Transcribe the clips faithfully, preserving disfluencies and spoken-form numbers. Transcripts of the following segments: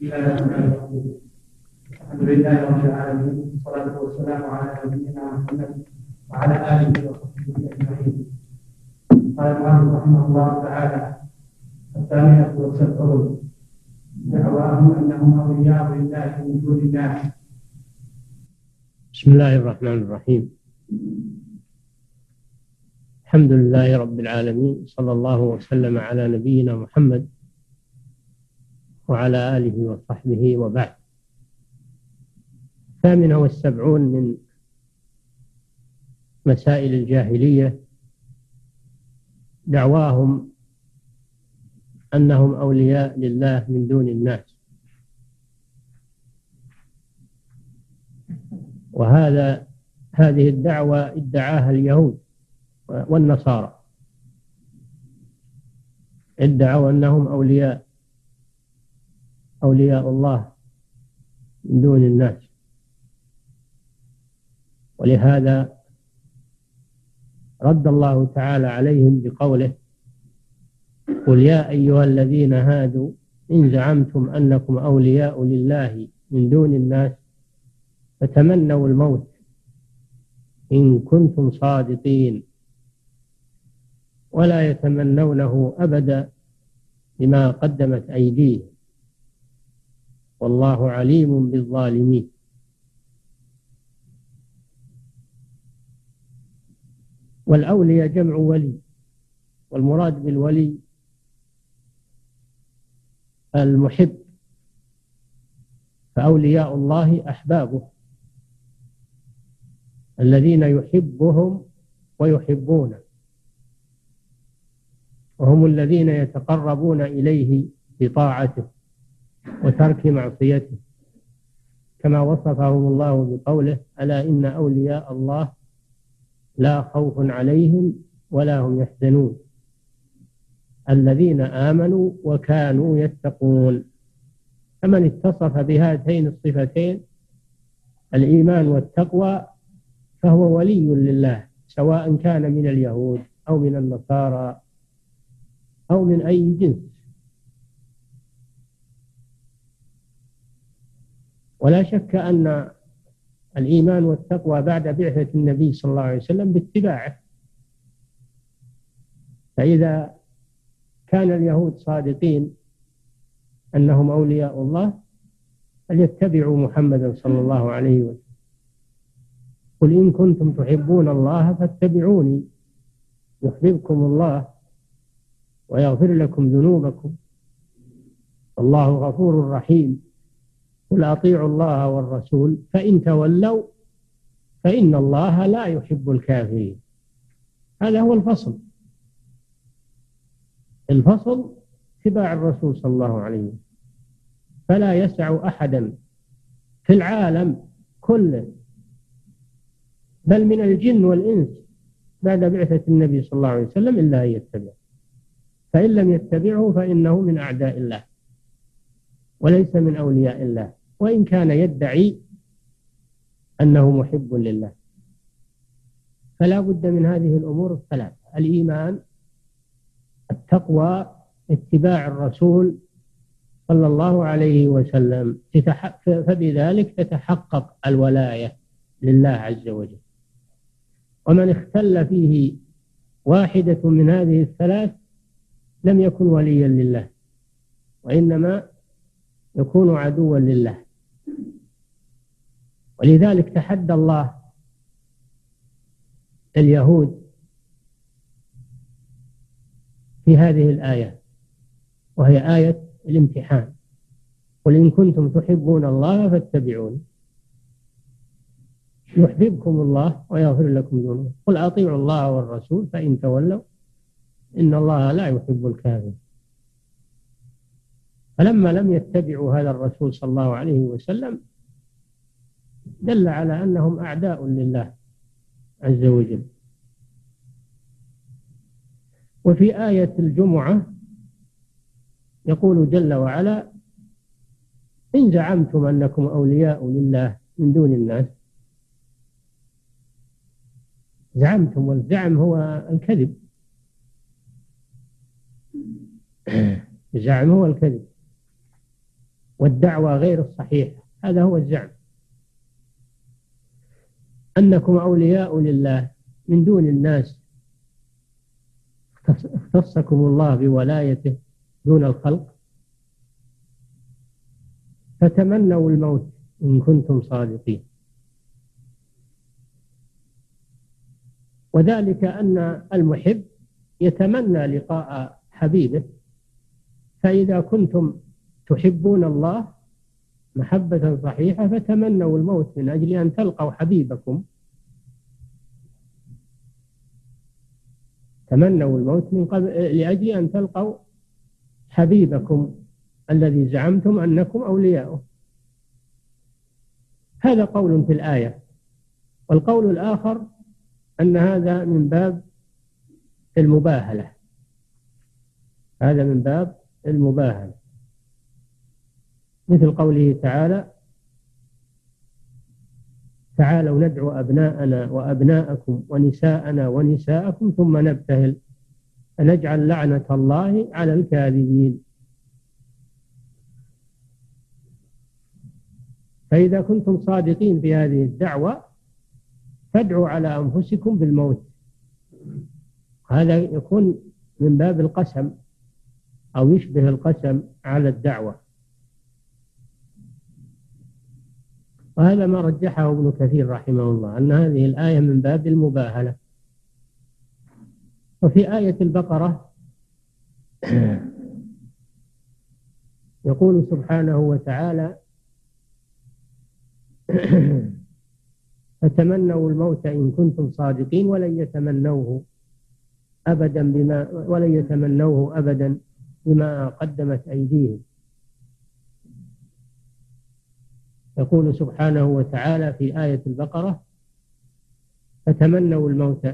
بسم الله الرحمن الرحيم. الحمد لله رب العالمين، والصلاة والسلام على نبينا محمد وعلى آله وصحبه أجمعين. قال المؤلف رحمه الله تعالى: الثامنة والسبعون: دعواهم أنهم أولياء لله من دون الله. بسم الله الرحمن الرحيم. الحمد لله رب العالمين، صلى الله وسلم على نبينا محمد وعلى آله وصحبه وبعد. الثامنة والسبعون من مسائل الجاهلية: دعواهم أنهم أولياء لله من دون الناس. وهذا هذه الدعوة ادعاها اليهود والنصارى، ادعوا أنهم أولياء أولياء الله من دون الناس. ولهذا رد الله تعالى عليهم بقوله: قل يا أيها الذين هادوا إن زعمتم أنكم أولياء لله من دون الناس فتمنوا الموت إن كنتم صادقين ولا يتمنونه أبدا بما قدمت أيديهم والله عليم بالظالمين. والأولياء جمع ولي، والمراد بالولي المحب، فأولياء الله أحبابه الذين يحبهم ويحبونه، وهم الذين يتقربون إليه بطاعته وترك معصيته، كما وصفهم الله بقوله: ألا إن أولياء الله لا خوف عليهم ولا هم يحزنون الذين آمنوا وكانوا يتقون. فمن اتصف بهاتين الصفتين الإيمان والتقوى فهو ولي لله، سواء كان من اليهود أو من النصارى أو من أي جنس. ولا شك أن الإيمان والتقوى بعد بعثة النبي صلى الله عليه وسلم باتباعه. فإذا كان اليهود صادقين أنهم أولياء الله فليتبعوا محمدا صلى الله عليه وسلم. قل إن كنتم تحبون الله فاتبعوني يحببكم الله ويغفر لكم ذنوبكم والله غفور رحيم. قل أطيعوا الله والرسول فإن تولوا فإن الله لا يحب الكافرين. هذا هو الفصل الفصل اتباع الرسول صلى الله عليه وسلم. فلا يسع أحدا في العالم كله بل من الجن والإنس بعد بعثة النبي صلى الله عليه وسلم إلا أن يتبعه، فإن لم يتبعه فإنه من أعداء الله وليس من أولياء الله، وإن كان يدعي أنه محب لله. فلا بد من هذه الأمور الثلاث: الإيمان، التقوى، اتباع الرسول صلى الله عليه وسلم، فبذلك تتحقق الولاية لله عز وجل. ومن اختل فيه واحدة من هذه الثلاث لم يكن وليا لله، وإنما يكون عدوا لله. ولذلك تحدى الله اليهود في هذه الآية، وهي آية الامتحان: قل إن كنتم تحبون الله فاتبعوني يحببكم الله ويغفر لكم ذنوبكم. قل أطيعوا الله والرسول فإن تولوا إن الله لا يحب الكافرين. فلما لم يتبعوا هذا الرسول صلى الله عليه وسلم دل على أنهم أعداء لله عز وجل. وفي آية الجمعة يقول جل وعلا: إن زعمتم أنكم أولياء لله من دون الناس. زعمتم، والزعم هو الكذب، الزعم هو الكذب. والدعوة غير الصحيحة. هذا هو الزعم أنكم أولياء لله من دون الناس، اختصكم الله بولايته دون الخلق، فتمنوا الموت إن كنتم صادقين. وذلك أن المحب يتمنى لقاء حبيبه، فإذا كنتم تحبون الله محبة صحيحة فتمنوا الموت من أجل أن تلقوا حبيبكم. تمنوا الموت من قبل لأجل أن تلقوا حبيبكم الذي زعمتم أنكم أولياؤه. هذا قول في الآية. والقول الآخر أن هذا من باب المباهلة، هذا من باب المباهلة، مثل قوله تعالى: تعالوا ندعو أبناءنا وأبناءكم ونساءنا ونساءكم ثم نبتهل فنجعل لعنة الله على الكاذبين. فإذا كنتم صادقين في هذه الدعوة فادعوا على أنفسكم بالموت. هذا يكون من باب القسم أو يشبه القسم على الدعوة، وهذا ما رجحه ابن كثير رحمه الله، أن هذه الآية من باب المباهلة. وفي آية البقرة يقول سبحانه وتعالى: فتمنوا الموت إن كنتم صادقين ولن يتمنوه أبدا بما ولن يتمنوه أبدا بما قدمت أيديهم. يقول سبحانه وتعالى في آية البقرة: فتمنوا الموت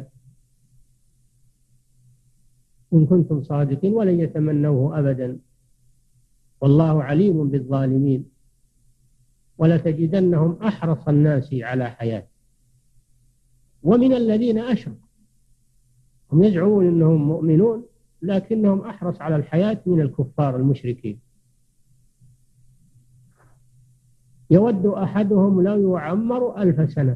إن كنتم صادقين ولن يتمنوه أبدا والله عليم بالظالمين ولتجدنهم أحرص الناس على حياة ومن الذين أشركوا. هم يزعمون أنهم مؤمنون لكنهم أحرص على الحياة من الكفار المشركين. يود أحدهم لو يعمر ألف سنة،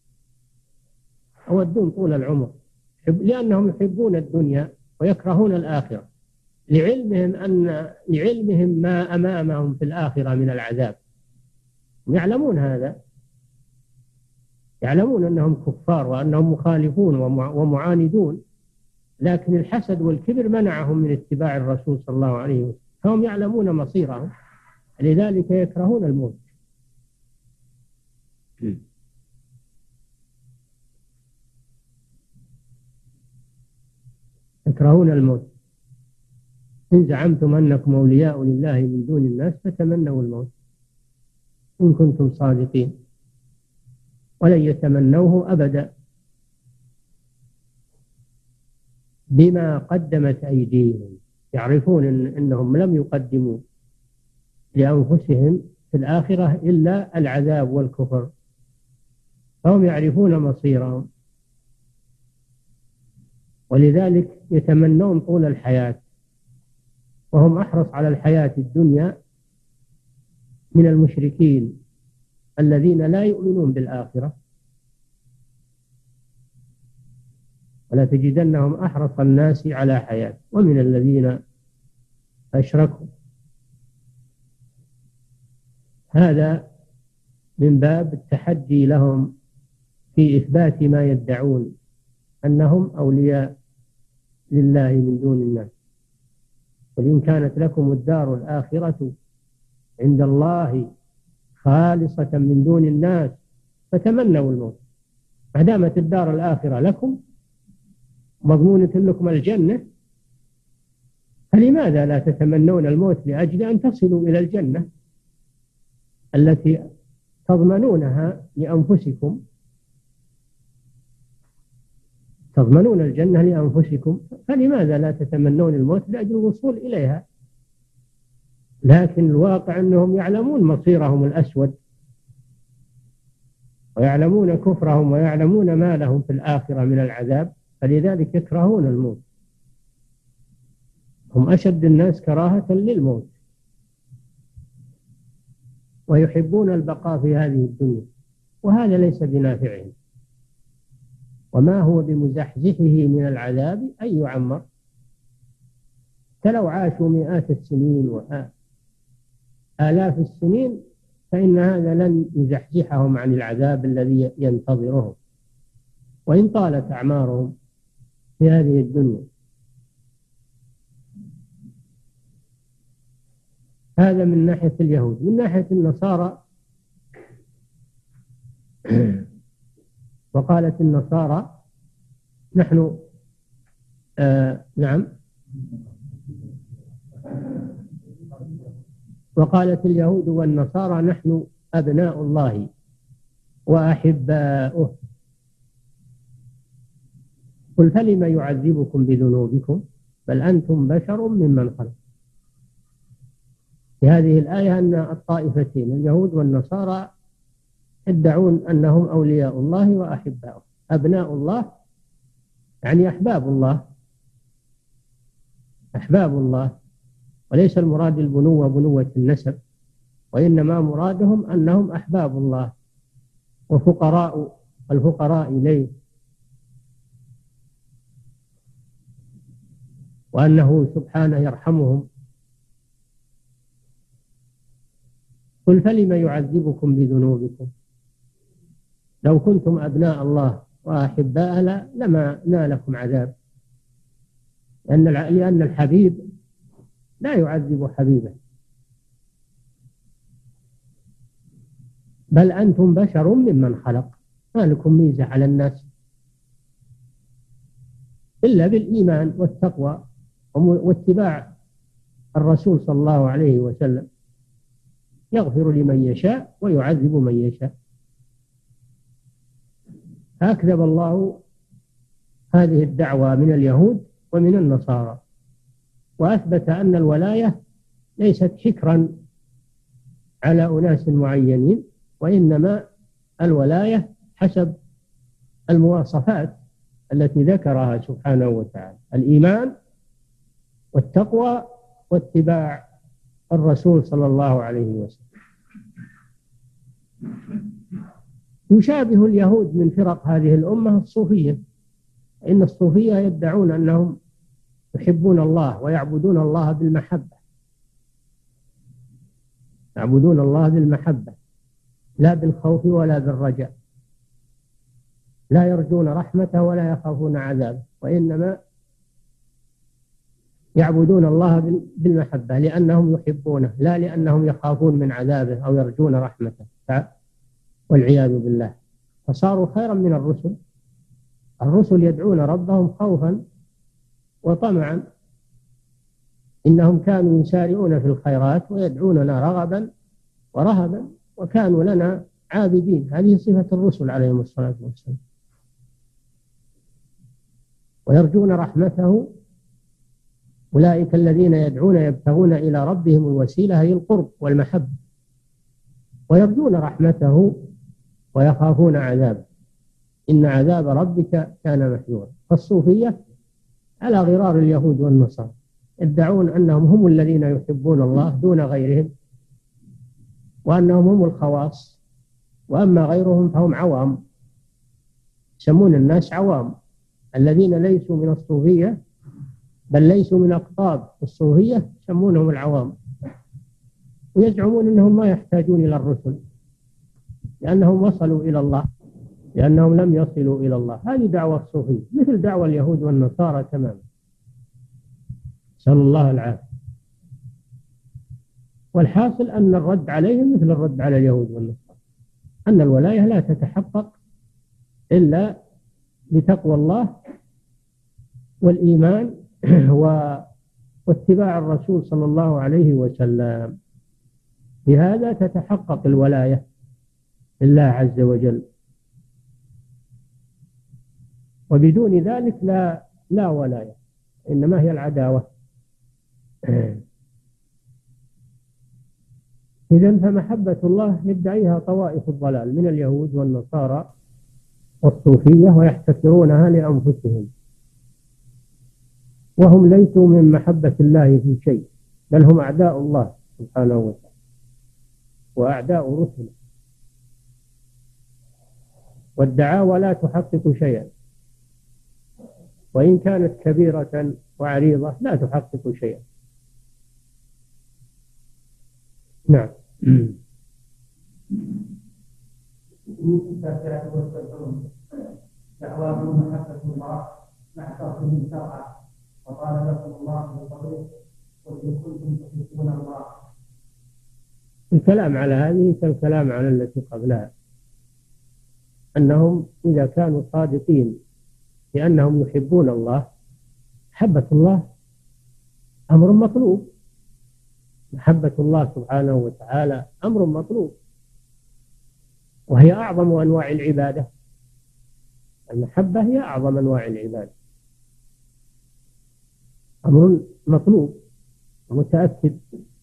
يودون طول العمر لأنهم يحبون الدنيا ويكرهون الآخرة، لعلمهم أن لعلمهم ما أمامهم في الآخرة من العذاب. يعلمون هذا، يعلمون أنهم كفار وأنهم مخالفون ومعاندون، لكن الحسد والكبر منعهم من اتباع الرسول صلى الله عليه وسلم، فهم يعلمون مصيرهم لذلك يكرهون الموت. يكرهون الموت. إن زعمتم أنكم أولياء لله من دون الناس فتمنوا الموت إن كنتم صادقين ولن يتمنوه أبدا بما قدمت أيديهم. يعرفون إن إنهم لم يقدموا لأنفسهم في الآخرة إلا العذاب والكفر، فهم يعرفون مصيرهم، ولذلك يتمنون طول الحياة، وهم أحرص على الحياة الدنيا من المشركين الذين لا يؤمنون بالآخرة. ولا تجدنهم أحرص الناس على حياة ومن الذين أشركوا. هذا من باب التحدي لهم في إثبات ما يدعون أنهم أولياء لله من دون الناس. وإن كانت لكم الدار الآخرة عند الله خالصة من دون الناس فتمنوا الموت. ما دامت الدار الآخرة لكم مضمونة لكم الجنة، فلماذا لا تتمنون الموت لأجل أن تصلوا إلى الجنة التي تضمنونها لأنفسكم؟ تضمنون الجنة لأنفسكم، فلماذا لا تتمنون الموت لأجل الوصول إليها؟ لكن الواقع أنهم يعلمون مصيرهم الأسود ويعلمون كفرهم ويعلمون ما لهم في الآخرة من العذاب، فلذلك يكرهون الموت. هم أشد الناس كراهة للموت. ويحبون البقاء في هذه الدنيا، وهذا ليس بنافعهم، وما هو بمزحزحه من العذاب أن يعمر. فلو عاشوا مئات السنين وآلاف السنين فإن هذا لن يزحزحهم عن العذاب الذي ينتظرهم، وإن طالت أعمارهم في هذه الدنيا. هذا من ناحية اليهود. من ناحية النصارى، وقالت النصارى نحن آه نعم وقالت اليهود والنصارى نحن أبناء الله وأحباؤه. قل فلم يعذبكم بذنوبكم بل أنتم بشر ممن خلق. في هذه الآية أن الطائفتين اليهود والنصارى يدعون أنهم أولياء الله وأحباؤه. أبناء الله يعني أحباب الله، أحباب الله، وليس المراد البنوة بنوة النسب، وإنما مرادهم أنهم أحباب الله وفقراء الفقراء إليه، وأنه سبحانه يرحمهم. قل فلم يعذبكم بذنوبكم، لو كنتم أبناء الله وأحباء لما نالكم عذاب، لأن لأن الحبيب لا يعذب حبيبه، بل أنتم بشر ممن خلق، ما لكم ميزة على الناس إلا بالإيمان والتقوى واتباع الرسول صلى الله عليه وسلم، يغفر لمن يشاء ويعذب من يشاء. أكذب الله هذه الدعوة من اليهود ومن النصارى، وأثبت أن الولاية ليست حكرا على أناس معينين، وإنما الولاية حسب المواصفات التي ذكرها سبحانه وتعالى: الإيمان والتقوى واتباع الرسول صلى الله عليه وسلم. يشابه اليهود من فرق هذه الأمة الصوفية، إن الصوفية يدعون أنهم يحبون الله ويعبدون الله بالمحبة، يعبدون الله بالمحبة لا بالخوف ولا بالرجاء، لا يرجون رحمته ولا يخافون عذابه، وإنما يعبدون الله بالمحبة لأنهم يحبونه، لا لأنهم يخافون من عذابه أو يرجون رحمته، والعياذ بالله. فصاروا خيرا من الرسل. الرسل يدعون ربهم خوفا وطمعا، إنهم كانوا يسارعون في الخيرات ويدعوننا رغبا ورهبا وكانوا لنا عابدين. هذه صفة الرسل عليهم الصلاة والسلام. ويرجون رحمته أولئك الذين يدعون يبتغون إلى ربهم الوسيلة هي القرب والمحبة، ويرجون رحمته ويخافون عذابه، إن عذاب ربك كان محذورا. فالصوفية على غرار اليهود والنصارى، يدعون أنهم هم الذين يحبون الله دون غيرهم، وأنهم هم الخواص، وأما غيرهم فهم عوام، يسمون الناس عوام. الذين ليسوا من الصوفية بل ليسوا من أقطاب الصوفية يسمونهم العوام، ويزعمون أنهم ما يحتاجون إلى الرسل لأنهم وصلوا إلى الله، لأنهم لم يصلوا إلى الله. هذه دعوة الصوفية مثل دعوة اليهود والنصارى تماما، نسأل الله العافية. والحاصل أن الرد عليهم مثل الرد على اليهود والنصارى، أن الولاية لا تتحقق إلا لتقوى الله والإيمان واتباع الرسول صلى الله عليه وسلم. بهذا تتحقق الولاية لله عز وجل، وبدون ذلك لا لا ولاية، إنما هي العداوة. إذن فمحبة الله يدعيها طوائف الضلال من اليهود والنصارى والصوفية، ويحتكرونها لأنفسهم، وهم ليسوا من محبة الله في شيء، بل هم أعداء الله سبحانه وتعالى. وأعداء رسله، والدعاوى لا تحقق شيئا، وإن كانت كبيرة وعريضة لا تحقق شيئا. نعم. دعواهم محبة الله مع تركهم شرعا، وقال لكم الله بقوله قل إن كنتم تحبون الله. الكلام على هذه كالكلام على التي قبلها، أنهم إذا كانوا صادقين لأنهم يحبون الله، محبة الله أمر مطلوب، محبة الله سبحانه وتعالى أمر مطلوب، وهي أعظم أنواع العبادة. المحبة هي أعظم أنواع العبادة، أمر مطلوب ومتأكد،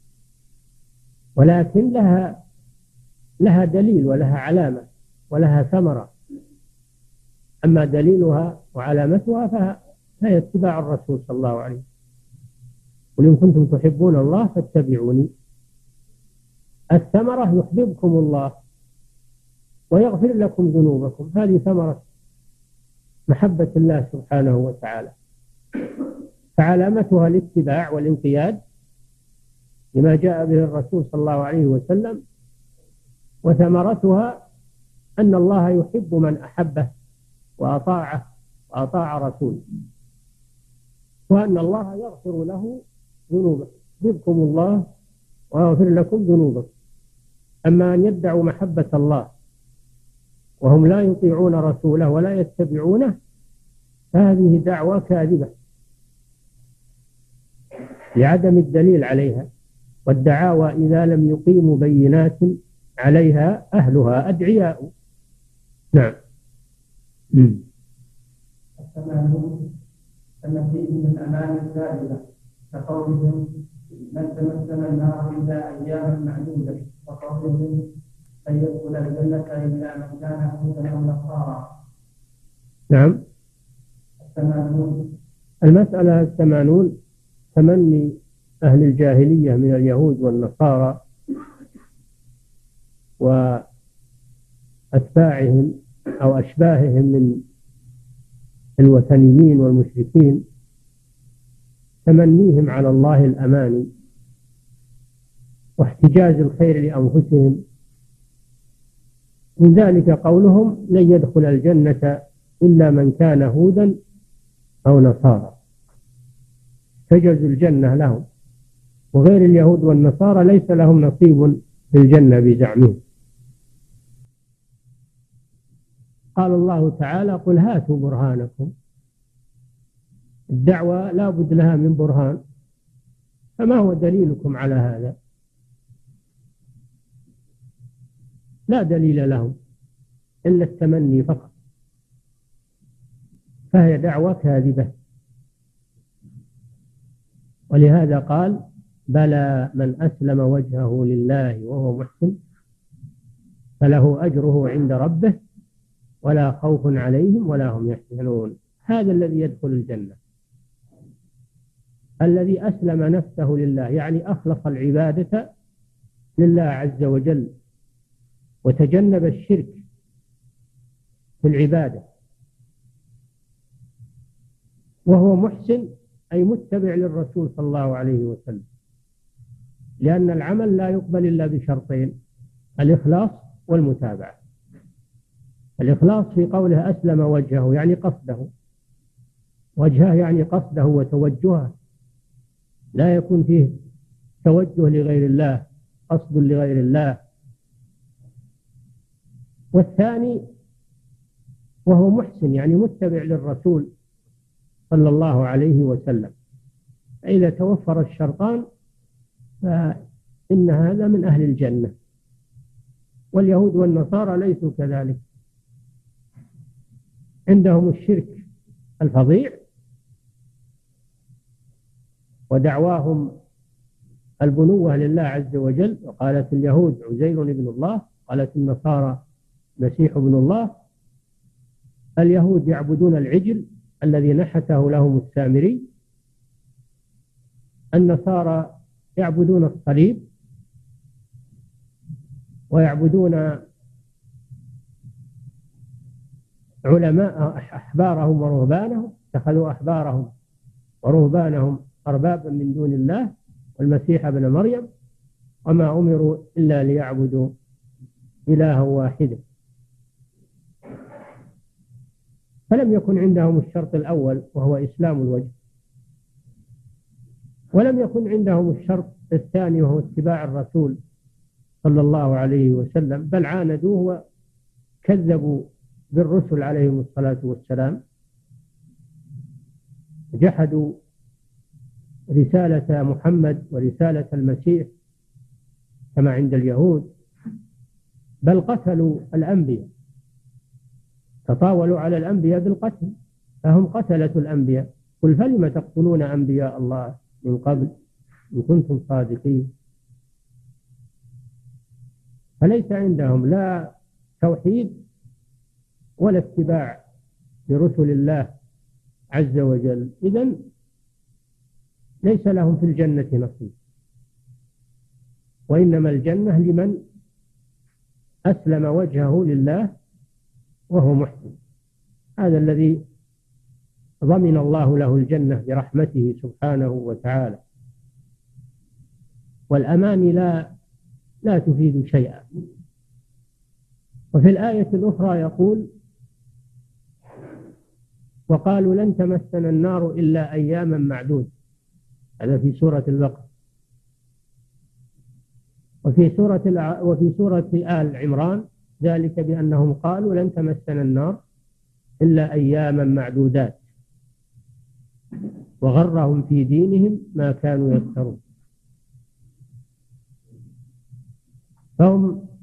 ولكن لها لها دليل ولها علامة ولها ثمرة. أما دليلها وعلامتها فهي اتباع الرسول صلى الله عليه وسلم. قل إن كنتم تحبون الله فاتبعوني. الثمرة يحببكم الله ويغفر لكم ذنوبكم، هذه ثمرة محبة الله سبحانه وتعالى. فعلامتها الاتباع والانقياد لما جاء به الرسول صلى الله عليه وسلم، وثمرتها أن الله يحب من أحبه وأطاعه وأطاع رسوله، وأن الله يغفر له ذنوبه. يحببكم الله ويغفر لكم ذنوبكم. أما أن يدعوا محبة الله وهم لا يطيعون رسوله ولا يتبعونه، فهذه دعوة كاذبة لعدم الدليل عليها. والدعاوى إذا لم يقيموا بينات عليها أهلها أدعياء. نعم. الثمانون أن فيه من أمان الكاذبة كقولهم من تمثل النار إلا أياما معدودة، وقولهم أن يدخل الجنة إلا من كان هودا أو نصارى. نعم. الثمانون المسألة الثمانون تمني أهل الجاهلية من اليهود والنصارى وأتباعهم أو أشباههم من الوثنيين والمشركين، تمنيهم على الله الأماني واحتجاز الخير لأنفسهم. من ذلك قولهم لن يدخل الجنة إلا من كان هودا أو نصارى، تجوز الجنة لهم، وغير اليهود والنصارى ليس لهم نصيب في الجنة بزعمهم. قال الله تعالى قل هاتوا برهانكم. الدعوة لا بد لها من برهان، فما هو دليلكم على هذا؟ لا دليل لهم إلا التمني فقط، فهي دعوة كاذبة. ولهذا قال بلى من أسلم وجهه لله وهو محسن فله أجره عند ربه ولا خوف عليهم ولا هم يحزنون. هذا الذي يدخل الجنة، الذي أسلم نفسه لله، يعني أخلص العبادة لله عز وجل وتجنب الشرك في العبادة، وهو محسن أي متبع للرسول صلى الله عليه وسلم، لأن العمل لا يقبل إلا بشرطين: الإخلاص والمتابعة. الإخلاص في قوله أسلم وجهه يعني قصده، وجهه يعني قصده وتوجهه، لا يكون فيه توجه لغير الله، قصد لغير الله. والثاني وهو محسن يعني متبع للرسول صلى الله عليه وسلم. فإذا توفر الشرطان فإن هذا من أهل الجنة. واليهود والنصارى ليسوا كذلك، عندهم الشرك الفظيع، ودعواهم البنوة لله عز وجل. وقالت اليهود عزير ابن الله، قالت النصارى مسيح ابن الله. اليهود يعبدون العجل الذي نحته لهم السامري، النصارى يعبدون الصليب ويعبدون علماء أحبارهم ورهبانهم، اتخذوا أحبارهم ورهبانهم أربابا من دون الله والمسيح ابن مريم، وما أمروا إلا ليعبدوا إلها واحدا. فلم يكن عندهم الشرط الأول وهو إسلام الوجه، ولم يكن عندهم الشرط الثاني وهو اتباع الرسول صلى الله عليه وسلم، بل عاندوه وكذبوا بالرسل عليهم الصلاة والسلام، جحدوا رسالة محمد ورسالة المسيح كما عند اليهود، بل قتلوا الأنبياء، تطاولوا على الأنبياء بالقتل، فهم قتلة الأنبياء. قل فلم تقتلون أنبياء الله من قبل إن كنتم صادقين. فليس عندهم لا توحيد ولا اتباع لرسل الله عز وجل، إذن ليس لهم في الجنة نصيب، وإنما الجنة لمن أسلم وجهه لله وهو محسن، هذا الذي ضمن الله له الجنة برحمته سبحانه وتعالى. والأماني لا لا تفيد شيئا. وفي الآية الأخرى يقول: وقالوا لن تمسنا النار إلا أياما معدود، هذا في سورة البقرة. وفي سورة الع... وفي سورة آل عمران ذلك بأنهم قالوا لن تمسنا النار إلا أياما معدودات وغرهم في دينهم ما كانوا يفترون. فهم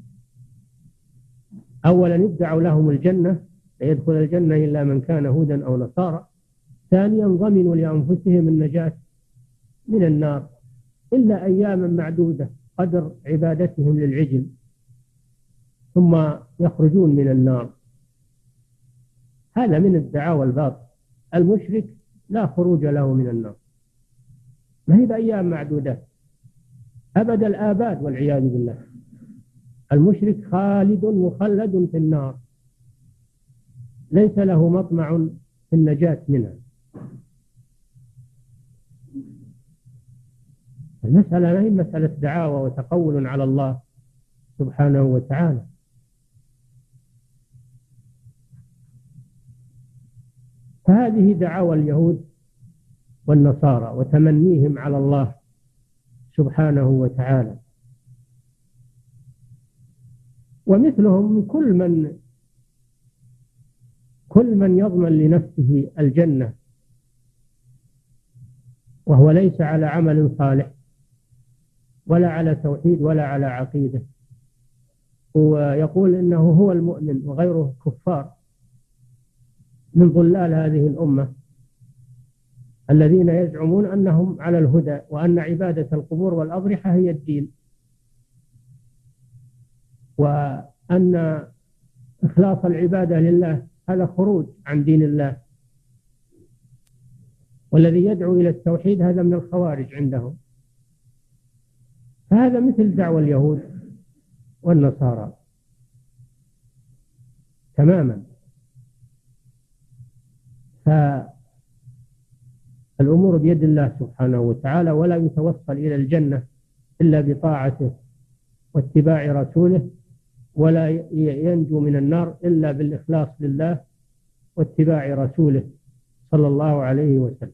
أولا ادعوا لهم الجنة، لا يدخل الجنة إلا من كان هودا أو نصارى. ثانيا ضمنوا لأنفسهم النجاة من النار إلا أياما معدودة قدر عبادتهم للعجل، ثم يخرجون من النار. هذا من الدعاوى الباطل. المشرك لا خروج له من النار، ما هي بأيام معدودات، أبد الآباد والعياذ بالله. المشرك خالد مخلد في النار، ليس له مطمع في النجاة منها. المسألة ما هي مسألة دعاوى وتقول على الله سبحانه وتعالى. فهذه دعاوى اليهود والنصارى وتمنيهم على الله سبحانه وتعالى. ومثلهم كل من كل من يضمن لنفسه الجنة وهو ليس على عمل صالح ولا على توحيد ولا على عقيدة، ويقول إنه هو المؤمن وغيره كفار من ضلال هذه الأمة الذين يزعمون أنهم على الهدى وأن عبادة القبور والأضرحة هي الدين، وأن إخلاص العبادة لله هذا خروج عن دين الله، والذي يدعو إلى التوحيد هذا من الخوارج عندهم. فهذا مثل دعوى اليهود والنصارى تماما. فالأمور بيد الله سبحانه وتعالى، ولا يتوصل إلى الجنة إلا بطاعته واتباع رسوله، ولا ينجو من النار إلا بالإخلاص لله واتباع رسوله صلى الله عليه وسلم.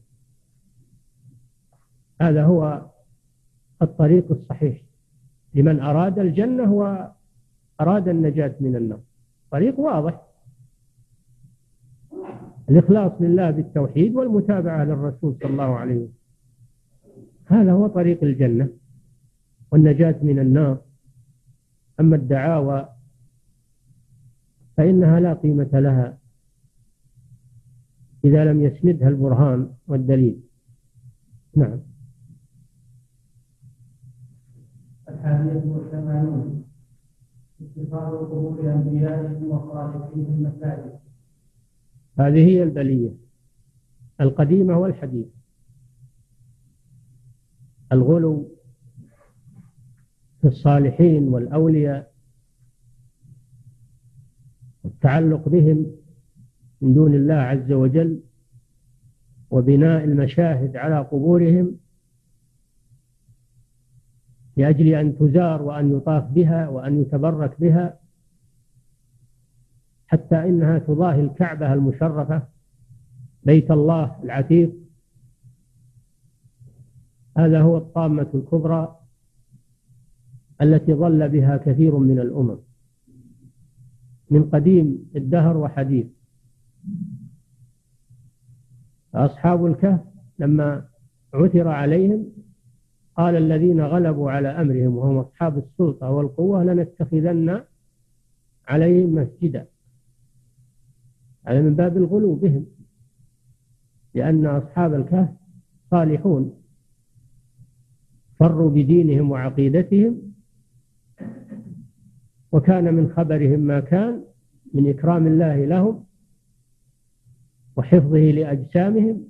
هذا هو الطريق الصحيح لمن أراد الجنة وأراد النجاة من النار. طريق واضح، الإخلاص لله بالتوحيد والمتابعة للرسول صلى الله عليه وسلم، هذا هو طريق الجنة والنجاة من النار. أما الدعاوى فإنها لا قيمة لها إذا لم يسندها البرهان والدليل. نعم. الحادية والثمانون اتخاذ قبور أنبيائهم وصالحيهم مساجد. هذه هي البلية القديمة والحديثة، الغلو في الصالحين والأولياء والتعلق بهم من دون الله عز وجل، وبناء المشاهد على قبورهم لأجل أن تزار وأن يطاف بها وأن يتبرك بها، حتى إنها تضاهي الكعبة المشرفة بيت الله العتيق. هذا هو الطامة الكبرى التي ضل بها كثير من الأمم من قديم الدهر وحديث. أصحاب الكهف لما عثر عليهم قال الذين غلبوا على أمرهم وهم أصحاب السلطة والقوة لنتخذن عليهم مسجدا، على من باب الغلو بهم، لأن أصحاب الكهف صالحون فروا بدينهم وعقيدتهم، وكان من خبرهم ما كان من إكرام الله لهم وحفظه لأجسامهم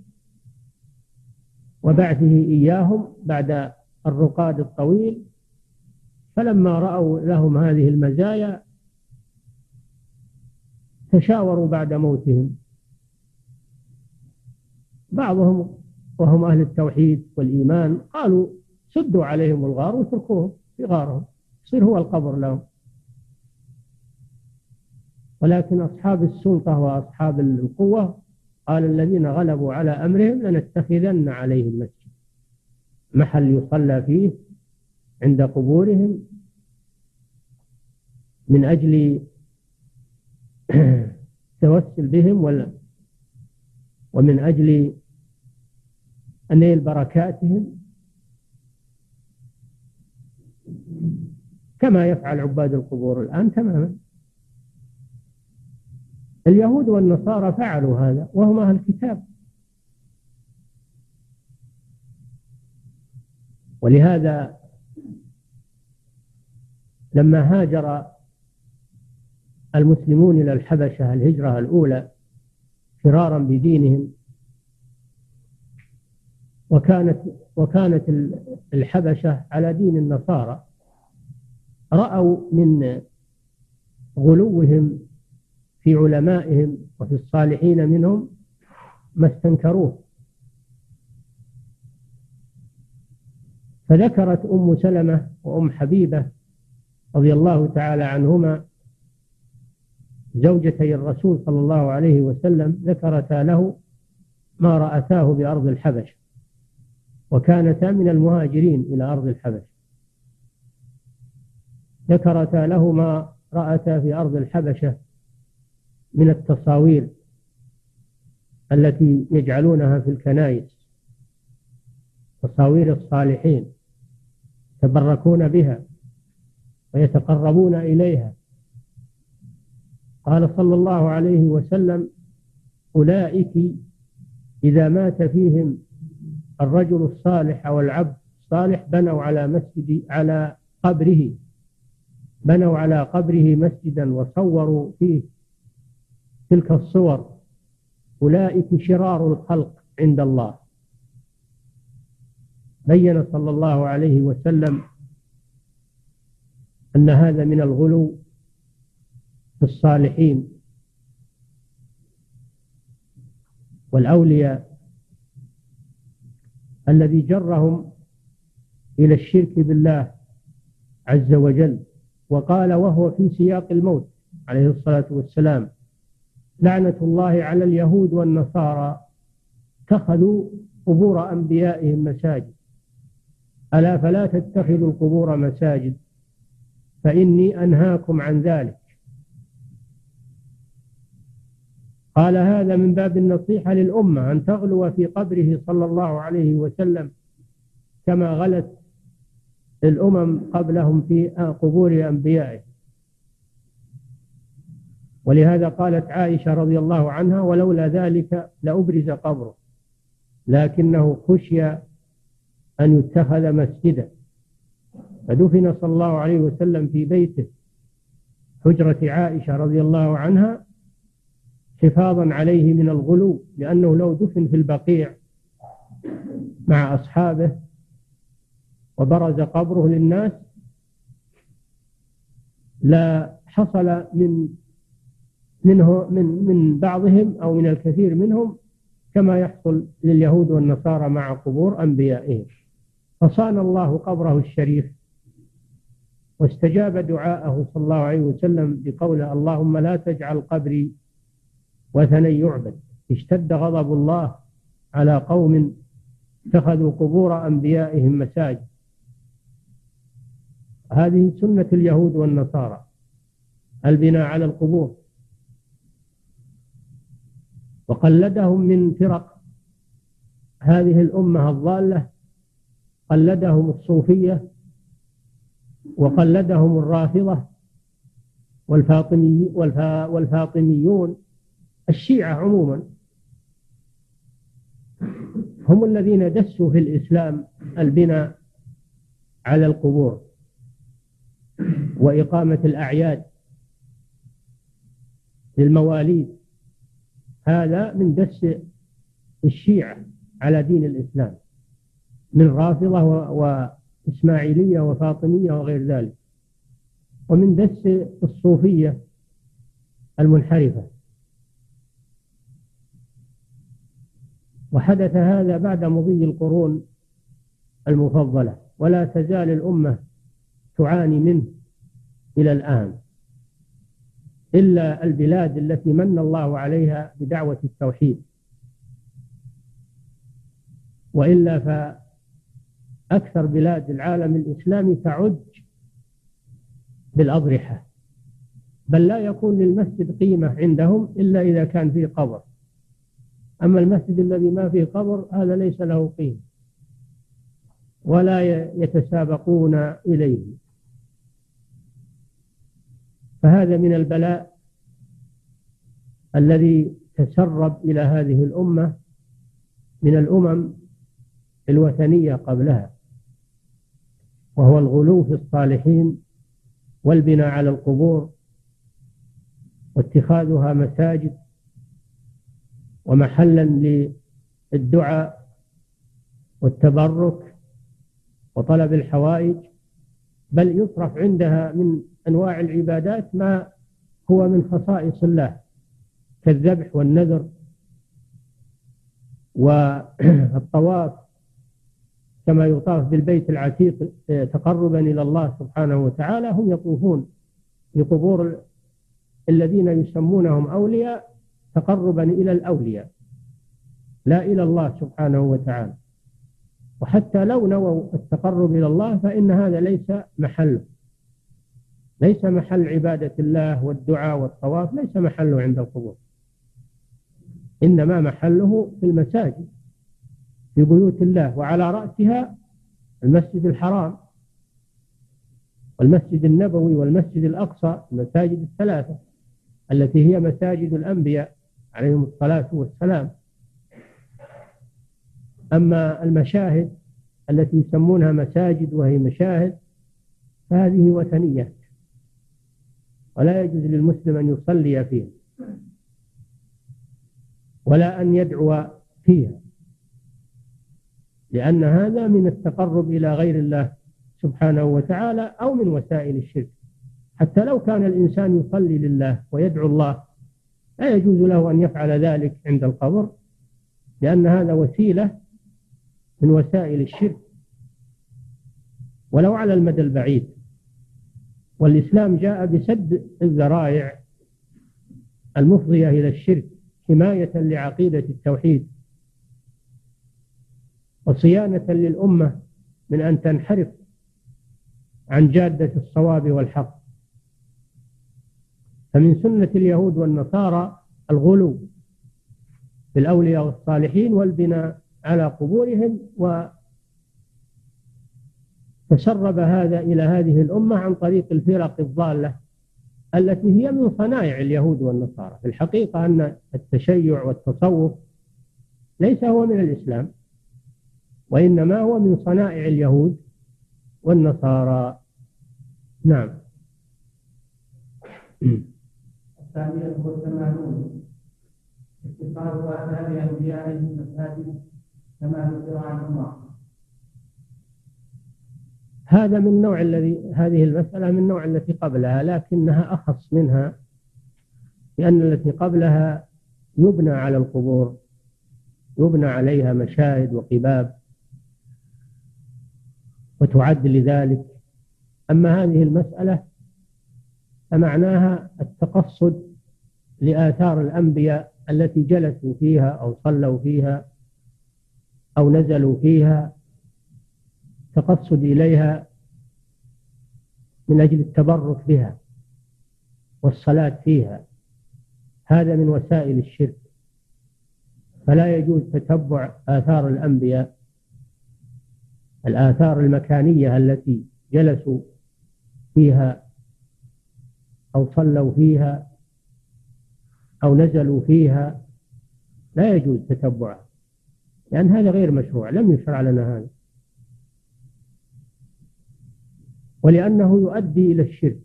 وبعثه إياهم بعد الرقاد الطويل. فلما رأوا لهم هذه المزايا تشاوروا بعد موتهم، بعضهم وهم أهل التوحيد والإيمان قالوا سدوا عليهم الغار واتركوهم في غارهم يصير هو القبر لهم. ولكن أصحاب السلطة وأصحاب القوة قال الذين غلبوا على أمرهم لنتخذن عليهم مسجد، محل يصلى فيه عند قبورهم من أجل التوسل بهم ومن أجل أن نيل بركاتهم، كما يفعل عباد القبور الآن تماما. اليهود والنصارى فعلوا هذا وهم أهل الكتاب، ولهذا لما هاجر المسلمون إلى الحبشة الهجرة الأولى فرارا بدينهم، وكانت وكانت الحبشة على دين النصارى، رأوا من غلوهم في علمائهم وفي الصالحين منهم ما استنكروه. فذكرت أم سلمة وأم حبيبة رضي الله تعالى عنهما زوجتي الرسول صلى الله عليه وسلم، ذكرتا له ما رأتاه بأرض الحبشة، وكانتا من المهاجرين إلى أرض الحبشة. ذكرتا له ما رأتا في أرض الحبشة من التصاوير التي يجعلونها في الكنائس، تصاوير الصالحين يتبركون بها ويتقربون إليها. قال صلى الله عليه وسلم أولئك إذا مات فيهم الرجل الصالح أو العبد الصالح بنوا على مسجد على قبره بنوا على قبره مسجدا وصوروا فيه تلك الصور، أولئك شرار الخلق عند الله. بين صلى الله عليه وسلم أن هذا من الغلو في الصالحين والأولياء الذي جرهم إلى الشرك بالله عز وجل. وقال وهو في سياق الموت عليه الصلاة والسلام: لعنة الله على اليهود والنصارى اتخذوا قبور أنبيائهم مساجد، ألا فلا تتخذوا القبور مساجد فإني أنهاكم عن ذلك. قال هذا من باب النصيحة للأمة أن تغلو في قبره صلى الله عليه وسلم كما غلت الأمم قبلهم في قبور أنبيائهم. ولهذا قالت عائشة رضي الله عنها: ولولا ذلك لأبرز قبره، لكنه خشي أن يتخذ مسجدا، فدفن صلى الله عليه وسلم في بيته حجرة عائشة رضي الله عنها حفاظا عليه من الغلو، لأنه لو دفن في البقيع مع أصحابه وبرز قبره للناس لا حصل من منه من من بعضهم أو من الكثير منهم كما يحصل لليهود والنصارى مع قبور أنبيائهم. فصان الله قبره الشريف واستجاب دعاءه صلى الله عليه وسلم بقوله: اللهم لا تجعل قبري وثنا يعبد. اشتد غضب الله على قوم اتخذوا قبور أنبيائهم مساجد. هذه سنة اليهود والنصارى، البناء على القبور. وقلدهم من فرق هذه الأمة الضالة، قلدهم الصوفية، وقلدهم الرافضة والفاطمي والفاطميون. الشيعة عموما هم الذين دسوا في الإسلام البناء على القبور وإقامة الأعياد للمواليد. هذا من دس الشيعة على دين الإسلام من رافضة وإسماعيلية وفاطمية وغير ذلك، ومن دس الصوفية المنحرفة. وحدث هذا بعد مضي القرون المفضلة، ولا تزال الأمة تعاني منه إلى الآن، إلا البلاد التي من الله عليها بدعوة التوحيد، وإلا فأكثر بلاد العالم الإسلامي تعج بالأضرحة، بل لا يكون للمسجد قيمة عندهم إلا إذا كان فيه قبر. أما المسجد الذي ما فيه قبر هذا ليس له قيمة ولا يتسابقون إليه. فهذا من البلاء الذي تسرب إلى هذه الأمة من الأمم الوثنية قبلها، وهو الغلو في الصالحين والبناء على القبور واتخاذها مساجد ومحلا للدعاء والتبرك وطلب الحوائج، بل يصرف عندها من أنواع العبادات ما هو من خصائص الله كالذبح والنذر والطواف، كما يطاف بالبيت العتيق تقربا إلى الله سبحانه وتعالى. هم يطوفون بقبور الذين يسمونهم أولياء تقربا إلى الأولياء لا إلى الله سبحانه وتعالى. وحتى لو نووا التقرب إلى الله فإن هذا ليس محله، ليس محل عبادة الله والدعاء والطواف، ليس محله عند القبور، إنما محله في المساجد في بيوت الله، وعلى رأسها المسجد الحرام والمسجد النبوي والمسجد الأقصى، المساجد الثلاثة التي هي مساجد الأنبياء عليهم الصلاة والسلام. أما المشاهد التي يسمونها مساجد وهي مشاهد فهذه وثنية، ولا يجوز للمسلم أن يصلي فيها ولا أن يدعو فيها، لأن هذا من التقرب إلى غير الله سبحانه وتعالى أو من وسائل الشرك. حتى لو كان الإنسان يصلي لله ويدعو الله لا يجوز له أن يفعل ذلك عند القبر، لأن هذا وسيلة من وسائل الشرك ولو على المدى البعيد. والإسلام جاء بسد الذرائع المفضية إلى الشرك حماية لعقيدة التوحيد وصيانة للأمة من أن تنحرف عن جادة الصواب والحق. فمن سنة اليهود والنصارى الغلو في الأولياء والصالحين والبناء على قبورهم، وتسرب هذا إلى هذه الأمة عن طريق الفرق الضالة التي هي من صنائع اليهود والنصارى. في الحقيقة أن التشيع والتصوف ليس هو من الإسلام، وإنما هو من صنائع اليهود والنصارى. نعم. الثانية والثمانون اتخاذ آثار أنبيائهم المساجد كما ذكر عن عمر. هذا من نوع الذي هذه المسألة من نوع التي قبلها، لكنها أخص منها لأن التي قبلها يبنى على القبور، يبنى عليها مشاهد وقباب وتعد لذلك. أما هذه المسألة فمعناها التقصد لآثار الأنبياء التي جلسوا فيها أو صلوا فيها أو نزلوا فيها، تقصد إليها من أجل التبرك بها والصلاة فيها، هذا من وسائل الشرك. فلا يجوز تتبع آثار الأنبياء، الآثار المكانية التي جلسوا فيها أو صلوا فيها أو نزلوا فيها، لا يجوز تتبعها، لأن هذا غير مشروع، لم يشرع لنا هذا، ولأنه يؤدي إلى الشرك.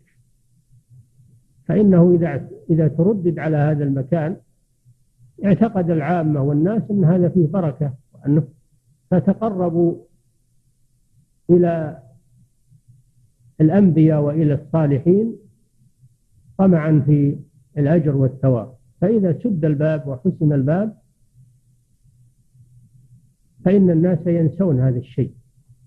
فإنه إذا إذا تردد على هذا المكان اعتقد العامة والناس أن هذا فيه بركة، وأنه فتقربوا إلى الأنبياء وإلى الصالحين طمعا في الأجر والثواب. فإذا سد الباب وحسم الباب فإن الناس ينسون هذا الشيء.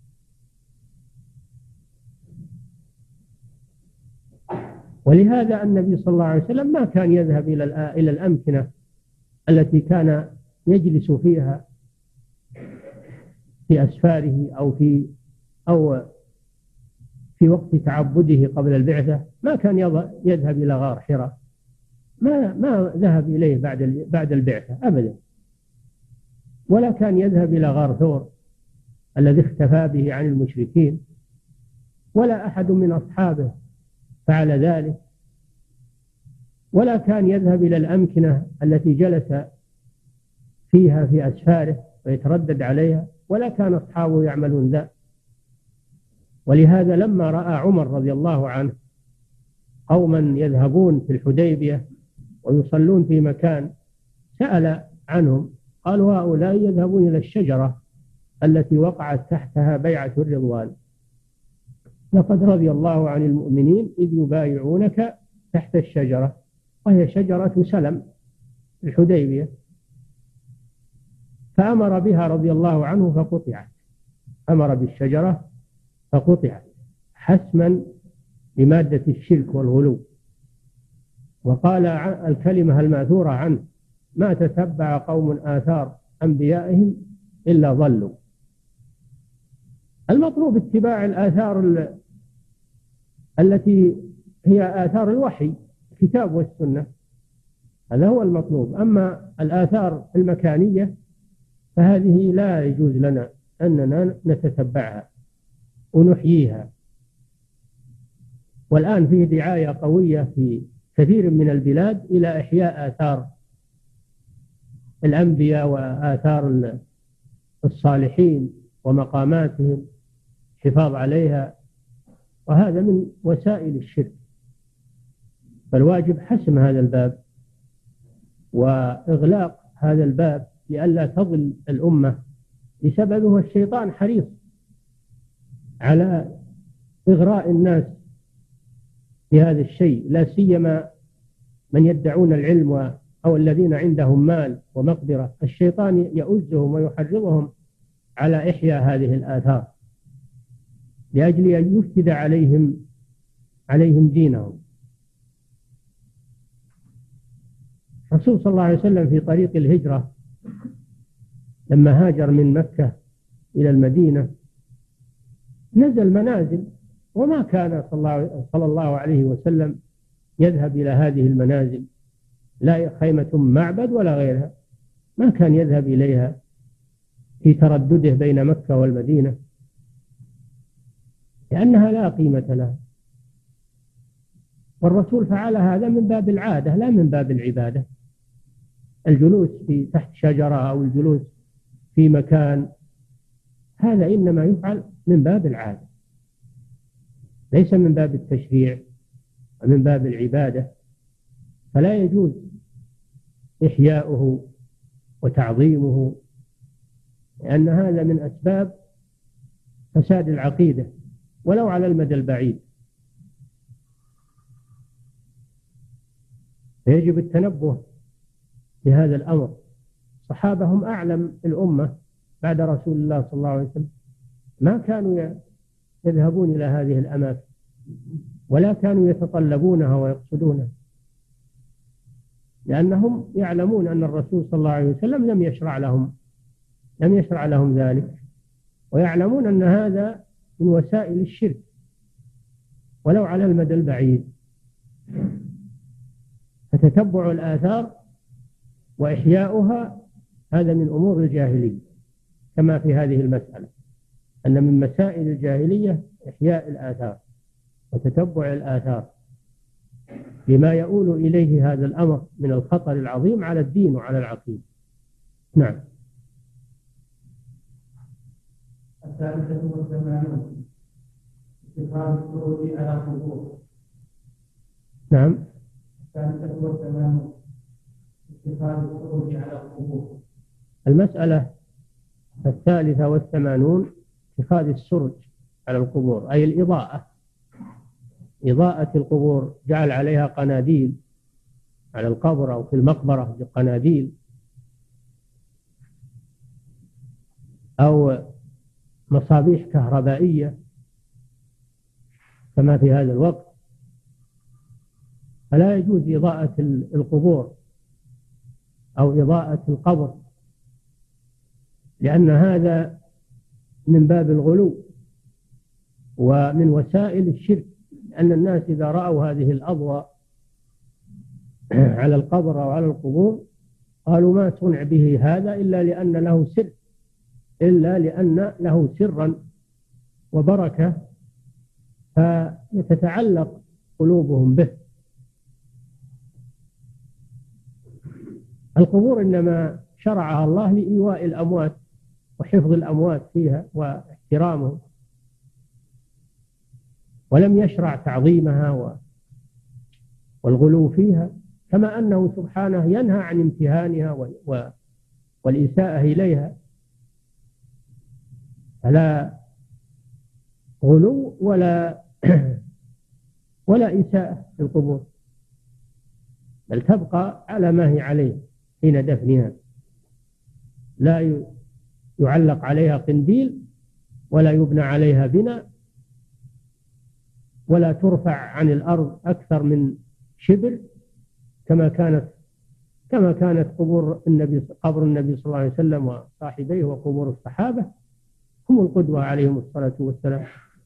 ولهذا النبي صلى الله عليه وسلم ما كان يذهب إلى إلى الأمكنة التي كان يجلس فيها في أسفاره أو في أو في وقت تعبده قبل البعثة. ما كان يذهب إلى غار حراء، ما ما ذهب إليه بعد بعد البعثة أبدا، ولا كان يذهب إلى غار ثور الذي اختفى به عن المشركين، ولا أحد من أصحابه فعل ذلك، ولا كان يذهب إلى الأمكنة التي جلس فيها في أسفاره ويتردد عليها، ولا كان أصحابه يعملون ذا. ولهذا لما رأى عمر رضي الله عنه قوما يذهبون في الحديبية ويصلون في مكان، سأل عنهم، قالوا هؤلاء يذهبون إلى الشجرة التي وقعت تحتها بيعة الرضوان، لقد رضي الله عن المؤمنين إذ يبايعونك تحت الشجرة، وهي شجرة سلم الحديبية. فأمر بها رضي الله عنه فقطعت، أمر بالشجرة فقطعت حسما لمادة الشرك والغلو. وقال الكلمة المأثورة عنه: ما تتبع قوم آثار أنبيائهم إلا ضلوا. المطلوب اتباع الآثار التي هي آثار الوحي، الكتاب والسنة، هذا هو المطلوب. أما الآثار المكانية فهذه لا يجوز لنا أننا نتتبعها ونحييها. والآن فيه دعاية قوية في كثير من البلاد إلى إحياء آثار الأنبياء وآثار الصالحين ومقاماتهم، حفاظ عليها، وهذا من وسائل الشرك. فالواجب حسم هذا الباب وإغلاق هذا الباب لئلا تضل الأمة بسببه. والشيطان حريص على إغراء الناس بهذا الشيء، لا سيما من يدعون العلم أو الذين عندهم مال ومقدرة. الشيطان يؤزهم ويحرضهم على إحياء هذه الآثار لأجل أن يفسد عليهم عليهم دينهم. الرسول صلى الله عليه وسلم في طريق الهجرة لما هاجر من مكة إلى المدينة نزل منازل، وما كان صلى الله عليه وسلم يذهب إلى هذه المنازل، لا خيمة معبد ولا غيرها، ما كان يذهب إليها في تردده بين مكة والمدينة، لأنها لا قيمة لها. والرسول فعل هذا من باب العادة لا من باب العبادة. الجلوس في تحت شجرة أو الجلوس في مكان، هذا إنما يفعل من باب العادة، ليس من باب التشريع ومن باب العبادة. فلا يجوز إحياؤه وتعظيمه، لأن هذا من أسباب فساد العقيدة ولو على المدى البعيد. فيجب التنبه لهذا الأمر. الصحابة هم أعلم الأمة بعد رسول الله صلى الله عليه وسلم، ما كانوا يذهبون إلى هذه الأماكن ولا كانوا يتطلبونها ويقصدونها، لأنهم يعلمون أن الرسول صلى الله عليه وسلم لم يشرع لهم لم يشرع لهم ذلك، ويعلمون أن هذا من وسائل الشرك ولو على المدى البعيد. فتتبع الآثار وإحياؤها هذا من أمور الجاهلية، كما في هذه المسألة أن من مسائل الجاهلية إحياء الآثار وتتبع الآثار لما يؤول إليه هذا الأمر من الخطر العظيم على الدين وعلى العقيدة. نعم. الثالثة والثمانون اتخاذ الخروج على القبور. نعم. الثالثة والثمانون اتخاذ الخروج على القبور. المسألة الثالثة والثمانون اتخاذ السرج على القبور، أي الإضاءة، إضاءة القبور، جعل عليها قناديل على القبر أو في المقبرة بقناديل، أو مصابيح كهربائية كما في هذا الوقت. فلا يجوز إضاءة القبور أو إضاءة القبر، لأن هذا من باب الغلو ومن وسائل الشرك، لأن الناس إذا رأوا هذه الأضواء على القبر أو على القبور قالوا ما صنع به هذا إلا لأن له سر إلا لأن له سرا وبركة، فيتتعلق قلوبهم به. القبور إنما شرعها الله لإيواء الأموات وحفظ الأموات فيها واحترامهم، ولم يشرع تعظيمها والغلو فيها، كما أنه سبحانه ينهى عن امتهانها والإساءة إليها. فلا غلو ولا ولا إساءة في القبور، بل تبقى على ما هي عليه حين دفنها، لا يعلق عليها قنديل ولا يبنى عليها بناء ولا ترفع عن الأرض أكثر من شبر، كما كانت كما كانت قبور النبي قبر النبي صلى الله عليه وسلم وصاحبيه وقبور الصحابة هم القدوة عليهم الصلاة والسلام.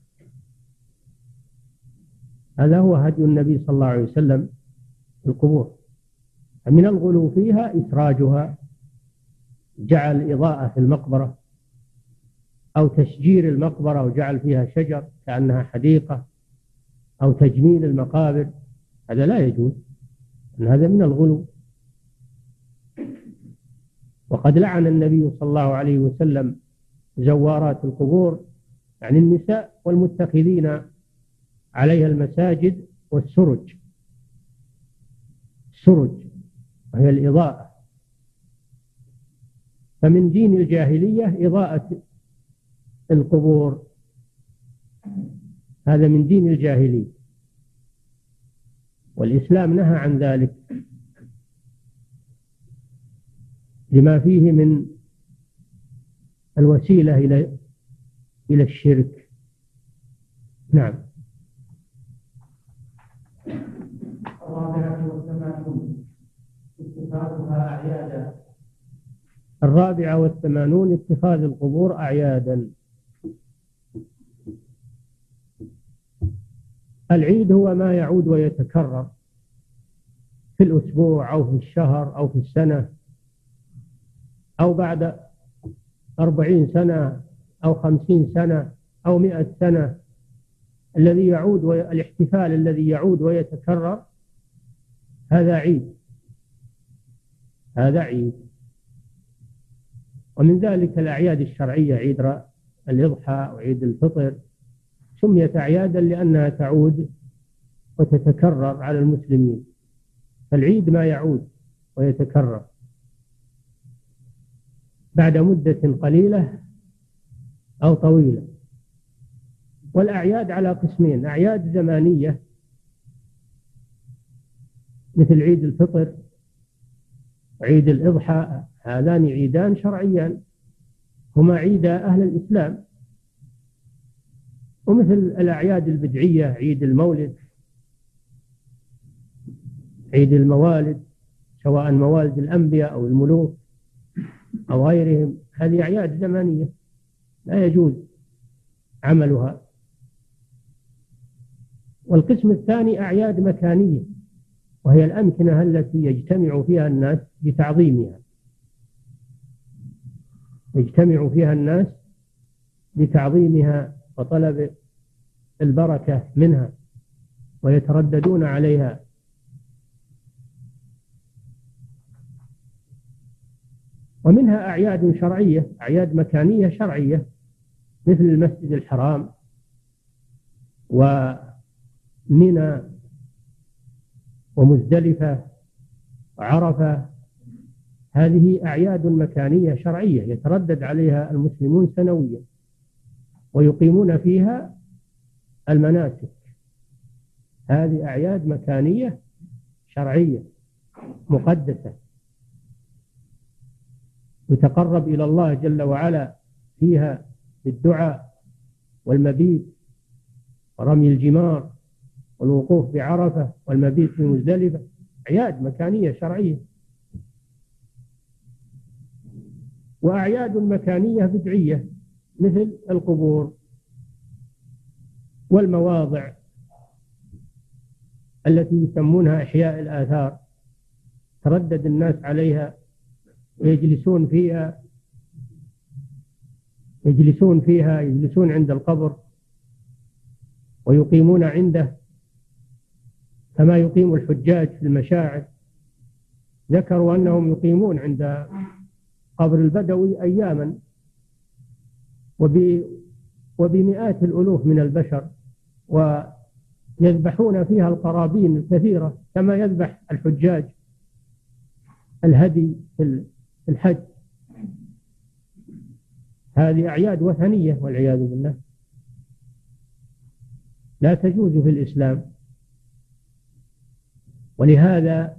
هذا هو هدي النبي صلى الله عليه وسلم في القبور. من الغلو فيها إسراجها، جعل إضاءة في المقبرة أو تشجير المقبرة وجعل فيها شجر كأنها حديقة، أو تجميل المقابر، هذا لا يجوز، هذا من الغلو. وقد لعن النبي صلى الله عليه وسلم زوارات القبور، يعني النساء والمتخذين عليها المساجد والسرج. السرج وهي الإضاءة، فمن دين الجاهلية إضاءة القبور، هذا من دين الجاهلية، والإسلام نهى عن ذلك لما فيه من الوسيلة إلى إلى الشرك. نعم. الرابعة والثمانون اتخاذها أعيادا. الرابعة والثمانون اتخاذ القبور أعيادا. العيد هو ما يعود ويتكرر في الأسبوع أو في الشهر أو في السنة أو بعد أربعين سنة أو خمسين سنة أو مئة سنة. الذي يعود والاحتفال الذي يعود ويتكرر هذا عيد، هذا عيد. ومن ذلك الأعياد الشرعية، عيد الإضحى وعيد الفطر سميت أعيادا لأنها تعود وتتكرر على المسلمين. فالعيد ما يعود ويتكرر بعد مدة قليلة أو طويلة. والأعياد على قسمين: أعياد زمانية مثل عيد الفطر وعيد الإضحى، هذان عيدان شرعيان هما عيد أهل الإسلام. ومثل الأعياد البدعية، عيد المولد، عيد الموالد، سواء موالد الأنبياء أو الملوك أو غيرهم، هذه أعياد زمانية لا يجوز عملها. والقسم الثاني أعياد مكانية، وهي الأمكنة التي يجتمع فيها الناس لتعظيمها، يجتمع فيها الناس لتعظيمها وطلب البركة منها ويترددون عليها. ومنها أعياد شرعية، أعياد مكانية شرعية، مثل المسجد الحرام ومنى ومزدلفة وعرفة، هذه أعياد مكانية شرعية يتردد عليها المسلمون سنويا ويقيمون فيها المناسك. هذه أعياد مكانية شرعية مقدسة يتقرب إلى الله جل وعلا فيها بالدعاء والمبيت ورمي الجمار والوقوف بعرفة والمبيت في مزدلفة، أعياد مكانية شرعية. وأعياد مكانية بدعية مثل القبور والمواضع التي يسمونها إحياء الآثار، تردد الناس عليها ويجلسون فيها يجلسون فيها يجلسون عند القبر ويقيمون عنده كما يقيم الحجاج في المشاعر. ذكروا أنهم يقيمون عند قبر البدوي أياما وبمئات الألوف من البشر، ويذبحون فيها القرابين الكثيرة كما يذبح الحجاج الهدي في الحج. هذه أعياد وثنية والعياذ بالله لا تجوز في الإسلام. ولهذا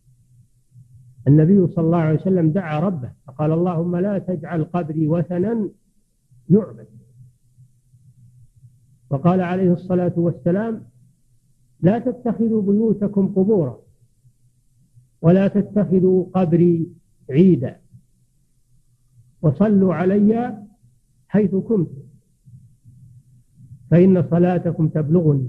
النبي صلى الله عليه وسلم دعا ربه فقال: اللهم لا تجعل قبري وثنا يعبد. وقال عليه الصلاة والسلام: لا تتخذوا بيوتكم قبورا ولا تتخذوا قبري عيدا وصلوا علي حيث كنت فإن صلاتكم تبلغني.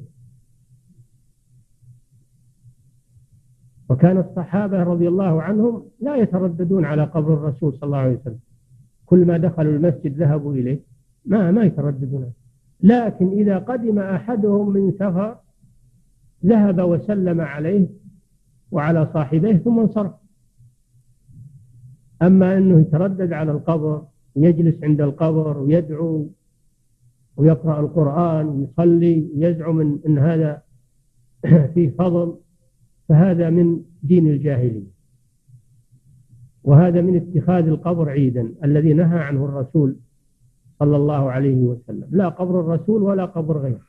وكان الصحابة رضي الله عنهم لا يترددون على قبر الرسول صلى الله عليه وسلم، كل ما دخلوا المسجد ذهبوا إليه، ما ما يترددون. لكن إذا قدم أحدهم من سفر ذهب وسلم عليه وعلى صاحبيه ثم انصرف. أما أنه يتردد على القبر ويجلس عند القبر ويدعو ويقرأ القرآن ويصلي ويزعم أن هذا فيه فضل، فهذا من دين الجاهلية، وهذا من اتخاذ القبر عيدا الذي نهى عنه الرسول صلى الله عليه وسلم. لا قبر الرسول ولا قبر غيره.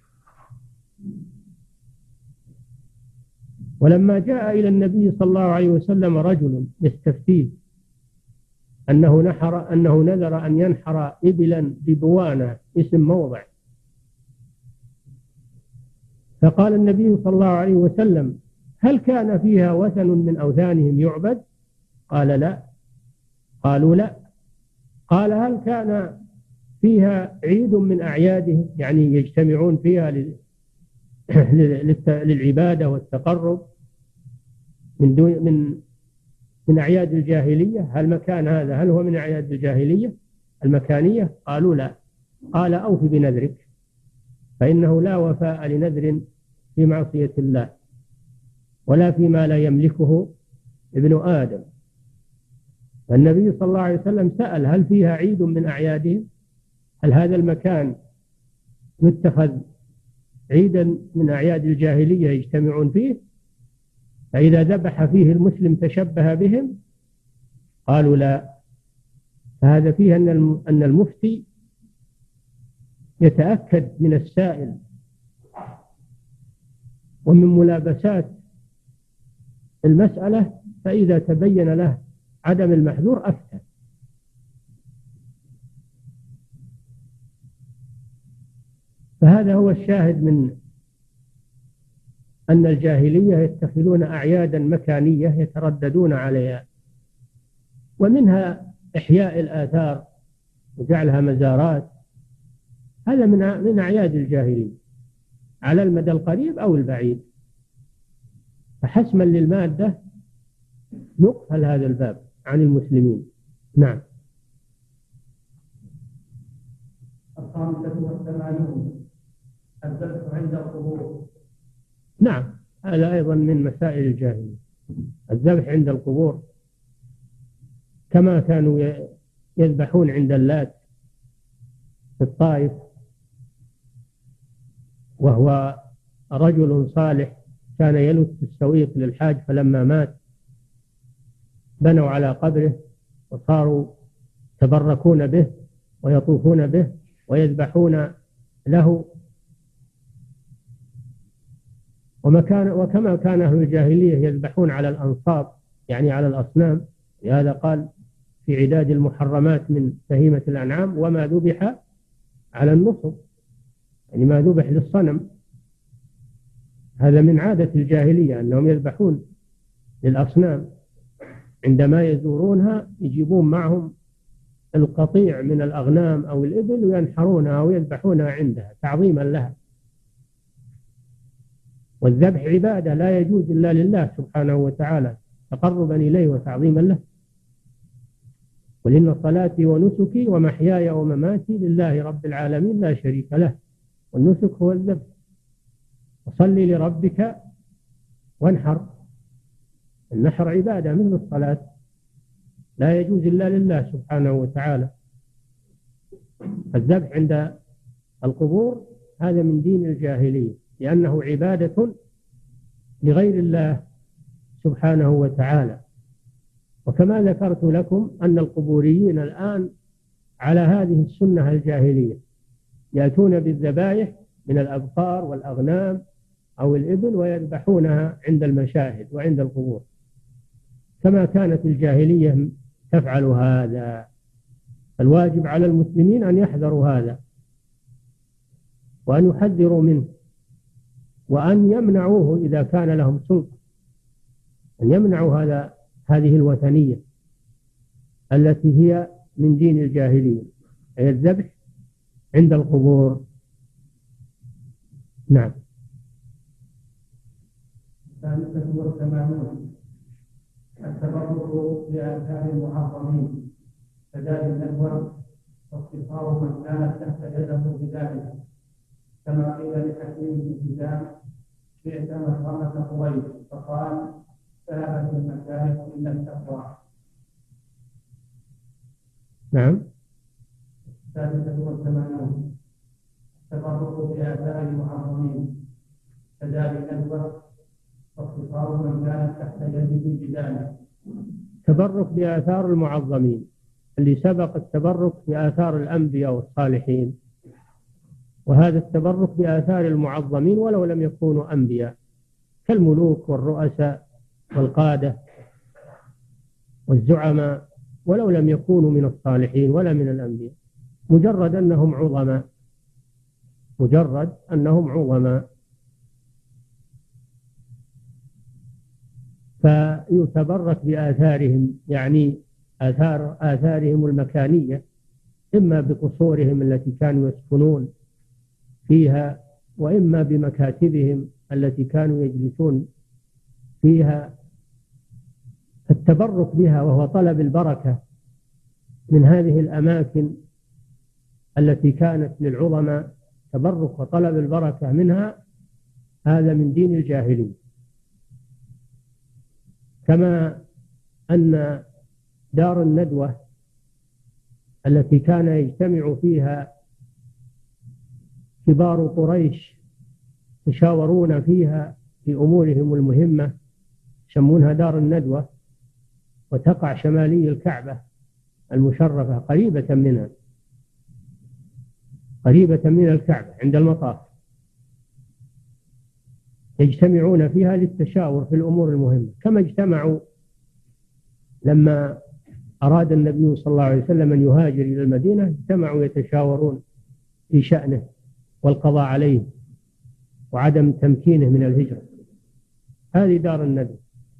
ولما جاء إلى النبي صلى الله عليه وسلم رجل يستفتيه أنه نحر أنه نذر أن ينحر إبلا ببوانة اسم موضع، فقال النبي صلى الله عليه وسلم: هل كان فيها وثن من أوثانهم يعبد؟ قال: لا. قالوا: لا. قال: هل كان فيها عيد من أعيادهم، يعني يجتمعون فيها للعبادة والتقرب من دون من من أعياد الجاهلية؟ هل مكان هذا هل هو من أعياد الجاهلية المكانية؟ قالوا: لا. قال: أوف بنذرك، فإنه لا وفاء لنذر في معصية الله ولا فيما لا يملكه ابن آدم. فالنبي صلى الله عليه وسلم سأل: هل فيها عيد من أعيادهم؟ هل هذا المكان يتخذ عيدا من أعياد الجاهلية يجتمعون فيه، فإذا ذبح فيه المسلم تشبه بهم؟ قالوا: لا. فهذا فيه أن المفتي يتأكد من السائل ومن ملابسات المسألة، فإذا تبين له عدم المحذور أفتى. فهذا هو الشاهد من أن الجاهلية يتخذون أعيادا مكانية يترددون عليها، ومنها إحياء الآثار وجعلها مزارات. هذا من من أعياد الجاهلية على المدى القريب أو البعيد. فحسما للمادة يقفل هذا الباب عن المسلمين. نعم. الخامسة والثمانون الذبح عند القبور. نعم، هذا أيضا من مسائل الجاهلية، الذبح عند القبور، كما كانوا يذبحون عند اللات في الطائف، وهو رجل صالح كان يلت السويق للحاج، فلما مات بنوا على قبره وصاروا يتبركون به ويطوفون به ويذبحون له. وما كان وكما كان أهل الجاهلية يذبحون على الأنصاب، يعني على الأصنام. لهذا قال في عداد المحرمات من بهيمة الأنعام وما ذبح على النصب، يعني ما ذبح للصنم. هذا من عادة الجاهلية أنهم يذبحون للأصنام، عندما يزورونها يجيبون معهم القطيع من الأغنام أو الإبل وينحرونها ويذبحونها عندها تعظيما لها. والذبح عبادة لا يجوز إلا لله سبحانه وتعالى تقربا إليه وتعظيما له. قل إن صلاتي ونسكي ومحياي ومماتي لله رب العالمين لا شريك له. والنسك هو الذبح. وصلي لربك وانحر. النحر عبادة مثل الصلاة، لا يجوز إلا لله سبحانه وتعالى. الذبح عند القبور هذا من دين الجاهلية، لأنه عبادة لغير الله سبحانه وتعالى. وكما ذكرت لكم أن القبوريين الآن على هذه السنة الجاهلية، يأتون بالذبائح من الأبقار والأغنام أو الإبل ويذبحونها عند المشاهد وعند القبور، كما كانت الجاهلية تفعل هذا. الواجب على المسلمين أن يحذروا هذا وأن يحذروا منه، وأن يمنعوه إذا كان لهم سلطة، أن يمنعوا هذا هذه الوثنية التي هي من دين الجاهلية، هي الذبح عند القبور. نعم. الثالثة والثمانون التبرك بآثار المعظمين كذلك النبوة واختصار من كانت تحت يده بذلك، كما قيل لحكيم بن هشام بئس مكرمة قريش فقال ذهبت المشايخ إلا التقوى. نعم. الثالثة والثمانون التبرك بآثار المعظمين كذلك النبوة واختصار من كانت تحت يده بذلك. تبرك بآثار المعظمين اللي سبق التبرك بآثار الأنبياء والصالحين، وهذا التبرك بآثار المعظمين ولو لم يكونوا أنبياء، كالملوك والرؤساء والقادة والزعماء، ولو لم يكونوا من الصالحين ولا من الأنبياء، مجرد أنهم عظماء، مجرد أنهم عظماء فيتبرك بآثارهم، يعني آثار آثارهم المكانية، إما بقصورهم التي كانوا يسكنون فيها، وإما بمكاتبهم التي كانوا يجلسون فيها. التبرك بها وهو طلب البركة من هذه الأماكن التي كانت للعظماء، تبرك وطلب البركة منها، هذا من دين الجاهلية. كما أن دار الندوة التي كان يجتمع فيها كبار قريش يشاورون فيها في أمورهم المهمة، يسمونها دار الندوة، وتقع شمالي الكعبة المشرفة قريبة منها، قريبة من الكعبة عند المطاف. يجتمعون فيها للتشاور في الأمور المهمة، كما اجتمعوا لما أراد النبي صلى الله عليه وسلم أن يهاجر إلى المدينة، اجتمعوا يتشاورون في شأنه والقضاء عليه وعدم تمكينه من الهجرة. هذه دار الندوة.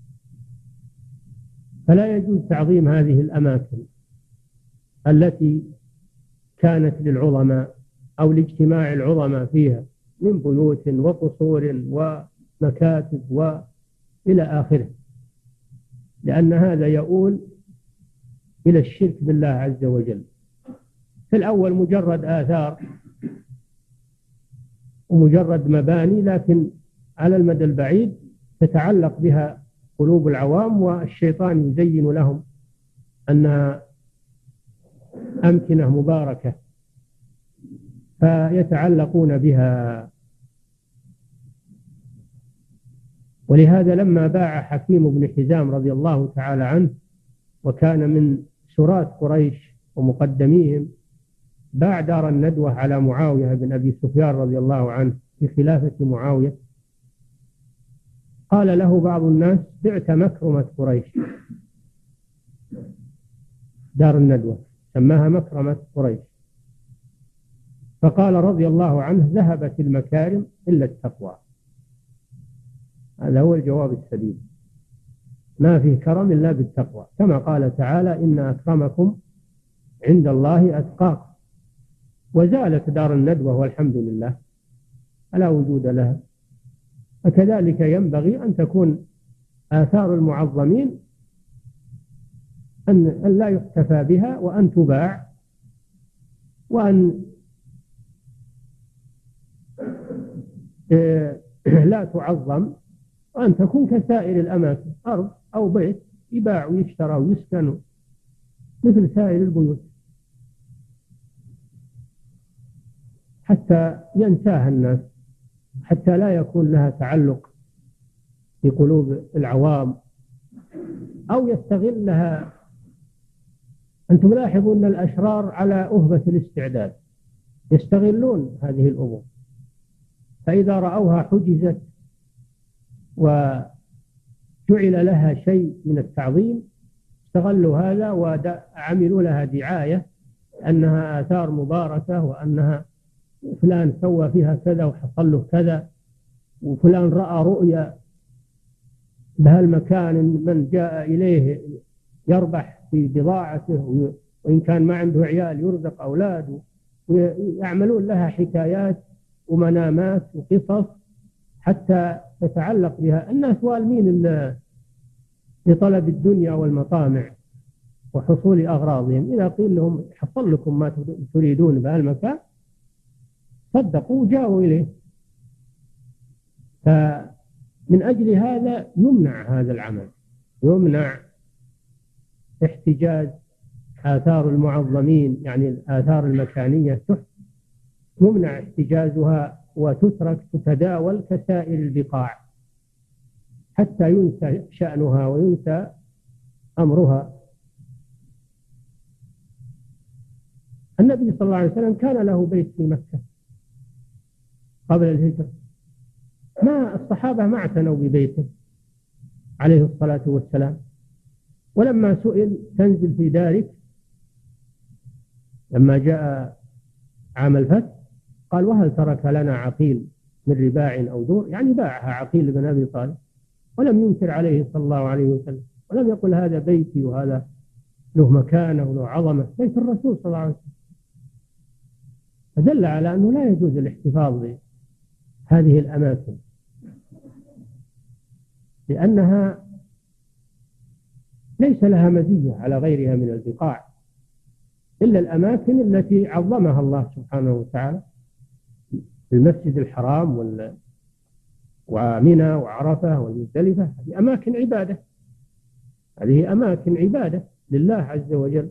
فلا يجوز تعظيم هذه الأماكن التي كانت للعظماء أو لاجتماع العظماء فيها من بيوت وقصور ومكاتب وإلى آخره، لأن هذا يؤول إلى الشرك بالله عز وجل. في الأول مجرد آثار ومجرد مباني، لكن على المدى البعيد تتعلق بها قلوب العوام، والشيطان يزين لهم أنها أمكنة مباركة فيتعلقون بها. ولهذا لما باع حكيم بن حزام رضي الله تعالى عنه، وكان من سراة قريش ومقدميهم، باع دار الندوة على معاوية بن أبي سفيان رضي الله عنه في خلافة معاوية، قال له بعض الناس: بعت مكرمة قريش. دار الندوة سماها مكرمة قريش. فقال رضي الله عنه: ذهبت المكارم إلا التقوى. هذا هو الجواب السديد، ما فيه كرم إلا بالتقوى، كما قال تعالى: إن أكرمكم عند الله أتقاكم. وزالت دار الندوة والحمد لله، فلا وجود لها. فكذلك ينبغي أن تكون آثار المعظمين أن لا يحتفى بها، وأن تباع، وأن لا تعظم، وأن تكون كسائر الأماكن، أرض أو بيت يباع ويشترى ويسكن مثل سائر البيوت، حتى ينساها الناس، حتى لا يكون لها تعلق في قلوب العوام أو يستغلها. أنتم تلاحظون أن الأشرار على أهبة الاستعداد يستغلون هذه الأمور، فإذا رأوها حجزت وجعل لها شيء من التعظيم استغلوا هذا وعملوا لها دعاية أنها آثار مباركة، وأنها فلان سوى فيها كذا وحصل له كذا، وفلان رأى رؤيا بهالمكان من جاء إليه يربح في بضاعته، وإن كان ما عنده عيال يرزق أولاده، ويعملون لها حكايات ومنامات وقصص حتى تتعلق بها الناس والمين لطلب الدنيا والمطامع وحصول أغراضهم. إذا قيل لهم حصل لكم ما تريدون بهالمكان صدقوا وجاءوا إليه. فمن أجل هذا يمنع هذا العمل، يمنع احتجاز آثار المعظمين، يعني الآثار المكانية يمنع احتجازها وتترك تتداول كسائر البقاع حتى ينسى شأنها وينسى أمرها. النبي صلى الله عليه وسلم كان له بيت في مكة قبل الهجرة، ما الصحابة ما اعتنوا ببيته عليه الصلاة والسلام. ولما سئل تنزل في دارك لما جاء عام الفتح قال: وهل ترك لنا عقيل من رباع أو دور؟ يعني باعها عقيل بن أبي طالب، ولم ينكر عليه صلى الله عليه وسلم، ولم يقل هذا بيتي وهذا له مكانه وله عظمة، بيت الرسول صلى الله عليه وسلم. فدل على أنه لا يجوز الاحتفاظ بهذه الأماكن، لأنها ليس لها مزية على غيرها من البقاع إلا الأماكن التي عظمها الله سبحانه وتعالى، المسجد الحرام ومنى وعرفة والمزدلفة، هذه أماكن عبادة، هذه أماكن عبادة لله عز وجل،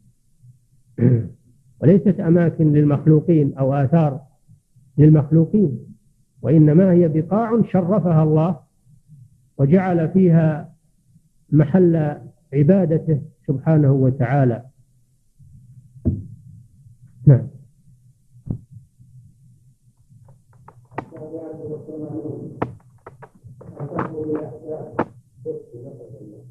وليست أماكن للمخلوقين أو آثار للمخلوقين، وإنما هي بقاع شرفها الله وجعل فيها محل عبادته سبحانه وتعالى. نعم. وسلم.